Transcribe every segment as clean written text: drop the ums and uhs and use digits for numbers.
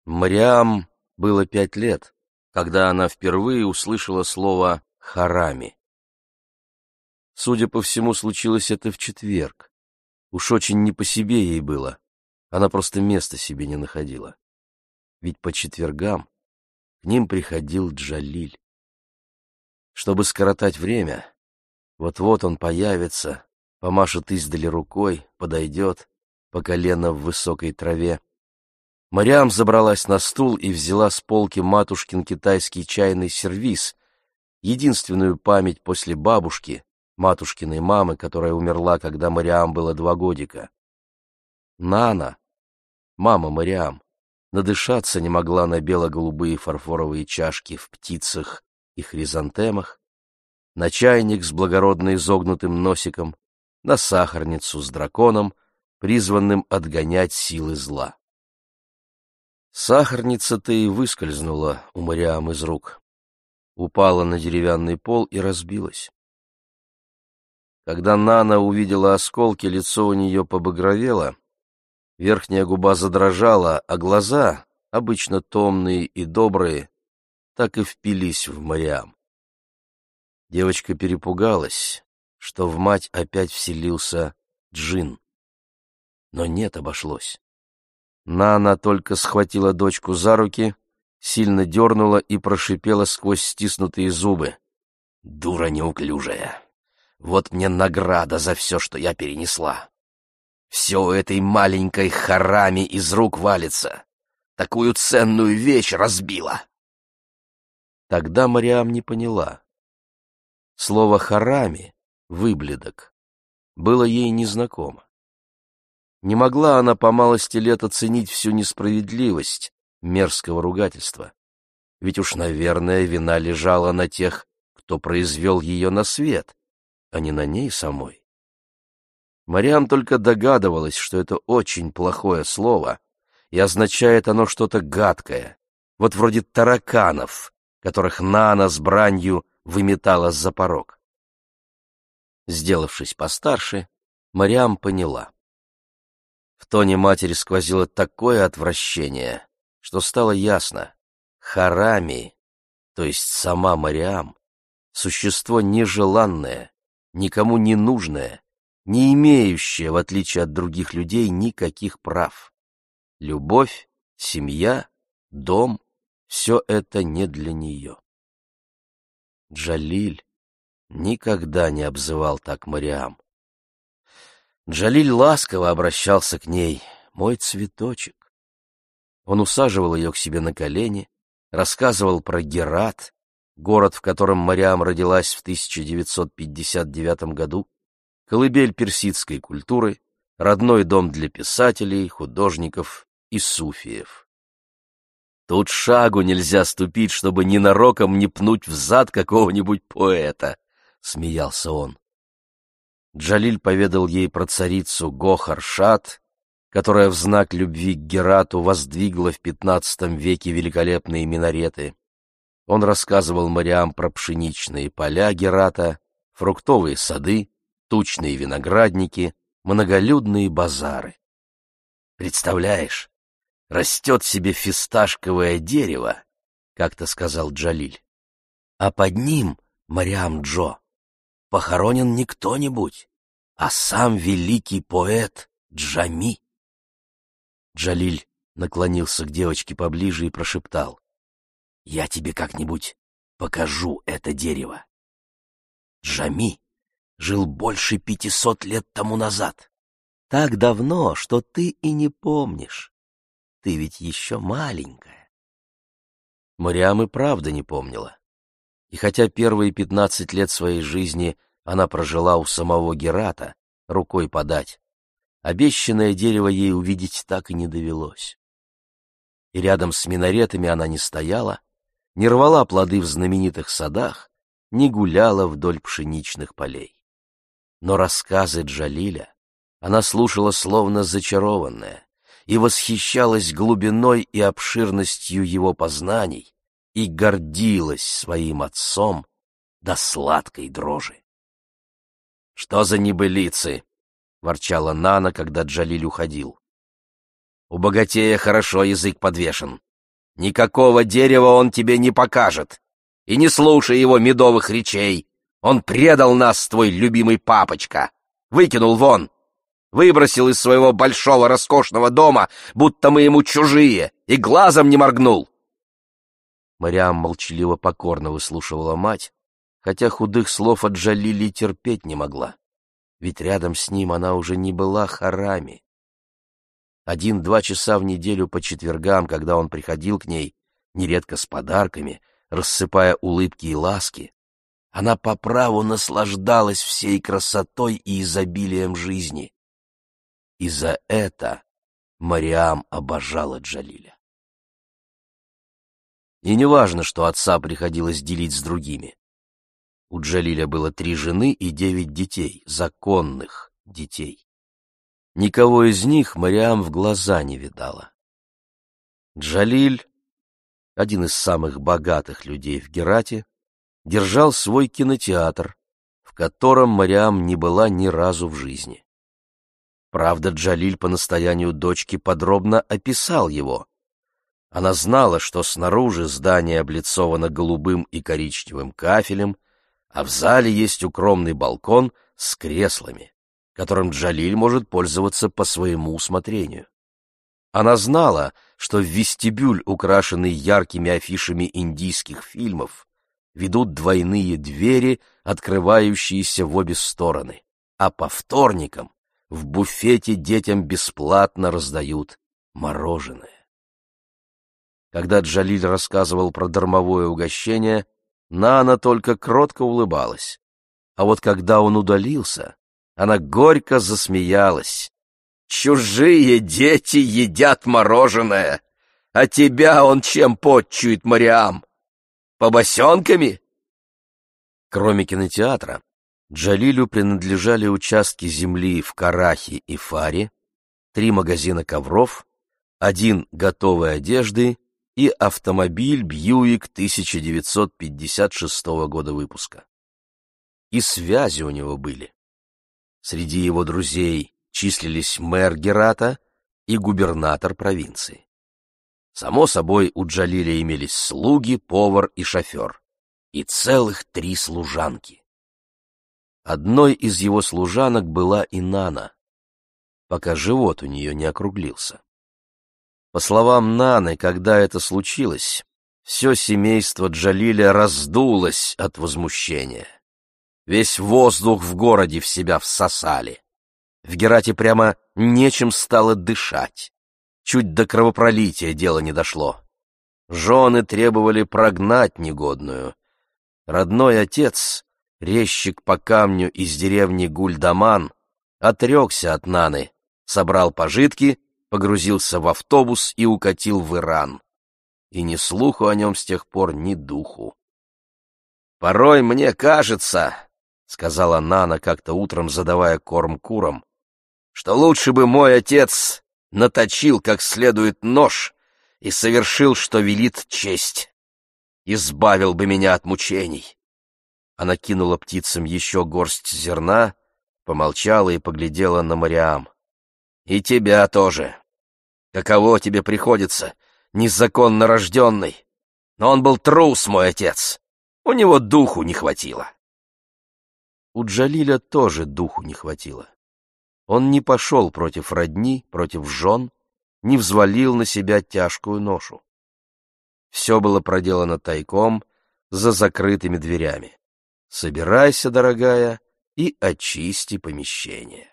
Мариам было 5 лет, когда она впервые услышала слово «харами». Судя по всему, случилось это в четверг. Уж очень не по себе ей было. Она просто места себе не находила. Ведь по четвергам к ним приходил Джалиль. Чтобы скоротать время, вот-вот он появится, помашет издали рукой, подойдет по колено в высокой траве. Мариам забралась на стул и взяла с полки матушкин китайский чайный сервиз, единственную память после бабушки, матушкиной мамы, которая умерла, когда Мариам было 2 годика. Нана, мама Мариам, надышаться не могла на бело-голубые фарфоровые чашки в птицах и хризантемах, на чайник с благородно изогнутым носиком, на сахарницу с драконом, призванным отгонять силы зла. Сахарница-то и выскользнула у Мариам из рук, упала на деревянный пол и разбилась. Когда Нана увидела осколки, лицо у нее побагровело, верхняя губа задрожала, а глаза, обычно томные и добрые, так и впились в Мариам. Девочка перепугалась, что в мать опять вселился джин. Но нет, обошлось. Нана только схватила дочку за руки, сильно дернула и прошипела сквозь стиснутые зубы: «Дура неуклюжая! Вот мне награда за все, что я перенесла! Все у этой маленькой харами из рук валится! Такую ценную вещь разбила!» Тогда Мариам не поняла. Слово «харами» — «выблядок» — было ей незнакомо. Не могла она по малости лет оценить всю несправедливость мерзкого ругательства. Ведь уж, наверное, вина лежала на тех, кто произвел ее на свет, а не на ней самой. Мариам только догадывалась, что это очень плохое слово, и означает оно что-то гадкое, вот вроде тараканов, которых Нана с бранью выметала за порог. Сделавшись постарше, Мариам поняла. В тоне матери сквозило такое отвращение, что стало ясно: харами, то есть сама Мариам, существо нежеланное, никому не нужное, не имеющее, в отличие от других людей, никаких прав. Любовь, семья, дом — все это не для нее. Джалиль никогда не обзывал так Мариам. Джалиль ласково обращался к ней: «Мой цветочек». Он усаживал ее к себе на колени, рассказывал про Герат, город, в котором Мариам родилась в 1959 году, колыбель персидской культуры, родной дом для писателей, художников и суфиев. «Тут шагу нельзя ступить, чтобы ненароком не пнуть в зад какого-нибудь поэта», — смеялся он. Джалиль поведал ей про царицу Гохар-Шад, которая в знак любви к Герату воздвигла в XV веке великолепные минареты. Он рассказывал Мариам про пшеничные поля Герата, фруктовые сады, тучные виноградники, многолюдные базары. «Представляешь, растет себе фисташковое дерево», — как-то сказал Джалиль, «а под ним, Мариам Джо, похоронен не кто-нибудь, а сам великий поэт Джами». Джалиль наклонился к девочке поближе и прошептал: «Я тебе как-нибудь покажу это дерево. Джами жил больше 500 лет тому назад. Так давно, что ты и не помнишь. Ты ведь еще маленькая». Мариам и правда не помнила. И хотя первые 15 лет своей жизни она прожила у самого Герата, рукой подать, обещанное дерево ей увидеть так и не довелось. И рядом с минаретами она не стояла, не рвала плоды в знаменитых садах, не гуляла вдоль пшеничных полей. Но рассказы Джалиля она слушала словно зачарованная и восхищалась глубиной и обширностью его познаний и гордилась своим отцом до сладкой дрожи. «Что за небылицы?» — ворчала Нана, когда Джалиль уходил. «У богатея хорошо язык подвешен. Никакого дерева он тебе не покажет. И не слушай его медовых речей. Он предал нас, твой любимый папочка. Выкинул вон. Выбросил из своего большого роскошного дома, будто мы ему чужие, и глазом не моргнул. Мариам молчаливо покорно выслушивала мать, хотя худых слов от Джалили терпеть не могла, ведь рядом с ним она уже не была Харами. 1-2 часа в неделю по четвергам, когда он приходил к ней, нередко с подарками, рассыпая улыбки и ласки, она по праву наслаждалась всей красотой и изобилием жизни. И за это Мариам обожала Джалиля. И не важно, что отца приходилось делить с другими. У Джалиля было 3 жены и 9 детей, законных детей. Никого из них Мариам в глаза не видала. Джалиль, один из самых богатых людей в Герате, держал свой кинотеатр, в котором Мариам не была ни разу в жизни. Правда, Джалиль по настоянию дочки подробно описал его. Она знала, что снаружи здание облицовано голубым и коричневым кафелем, а в зале есть укромный балкон с креслами, которым Джалиль может пользоваться по своему усмотрению. Она знала, что в вестибюль, украшенный яркими афишами индийских фильмов, ведут двойные двери, открывающиеся в обе стороны, а по вторникам в буфете детям бесплатно раздают мороженое. Когда Джалиль рассказывал про дармовое угощение, Нана только кротко улыбалась, а вот когда он удалился, она горько засмеялась. «Чужие дети едят мороженое, а тебя он чем подчует, Мариам? Побосенками?» Кроме кинотеатра, Джалилю принадлежали участки земли в Карахе и Фаре, 3 магазина ковров, 1 готовой одежды и автомобиль Бьюик 1956 года выпуска. И связи у него были. Среди его друзей числились мэр Герата и губернатор провинции. Само собой, у Джалиля имелись слуги, повар и шофер, и целых 3 служанки. Одной из его служанок была и Нана, пока живот у нее не округлился. По словам Наны, когда это случилось, все семейство Джалиля раздулось от возмущения. Весь воздух в городе в себя всосали. В Герате прямо нечем стало дышать. Чуть до кровопролития дело не дошло. Жены требовали прогнать негодную. Родной отец, резчик по камню из деревни Гульдаман, отрекся от Наны, собрал пожитки, погрузился в автобус и укатил в Иран. И ни слуху о нем с тех пор, ни духу. «Порой мне кажется, — сказала Нана как-то утром, задавая корм курам, — что лучше бы мой отец наточил как следует нож и совершил, что велит честь. Избавил бы меня от мучений». Она кинула птицам еще горсть зерна, помолчала и поглядела на Мариам. «И тебя тоже. Каково тебе приходится, незаконно рожденный? Но он был трус, мой отец. У него духу не хватило». У Джалиля тоже духу не хватило. Он не пошел против родни, против жен, не взвалил на себя тяжкую ношу. Все было проделано тайком, за закрытыми дверями. Собирайся, дорогая, и очисти помещение.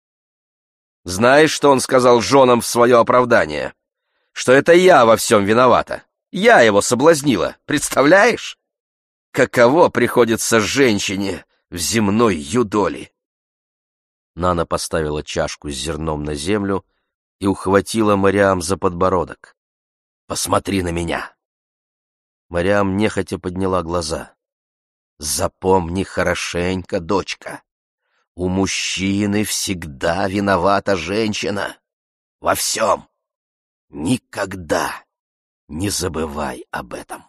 Знаешь, что он сказал женам в свое оправдание? Что это я во всем виновата. Я его соблазнила, представляешь? Каково приходится женщине в земной юдоли? Нана поставила чашку с зерном на землю и ухватила Мариам за подбородок. «Посмотри на меня!» Мариам нехотя подняла глаза. «Запомни хорошенько, дочка, у мужчины всегда виновата женщина. Во всем. Никогда не забывай об этом».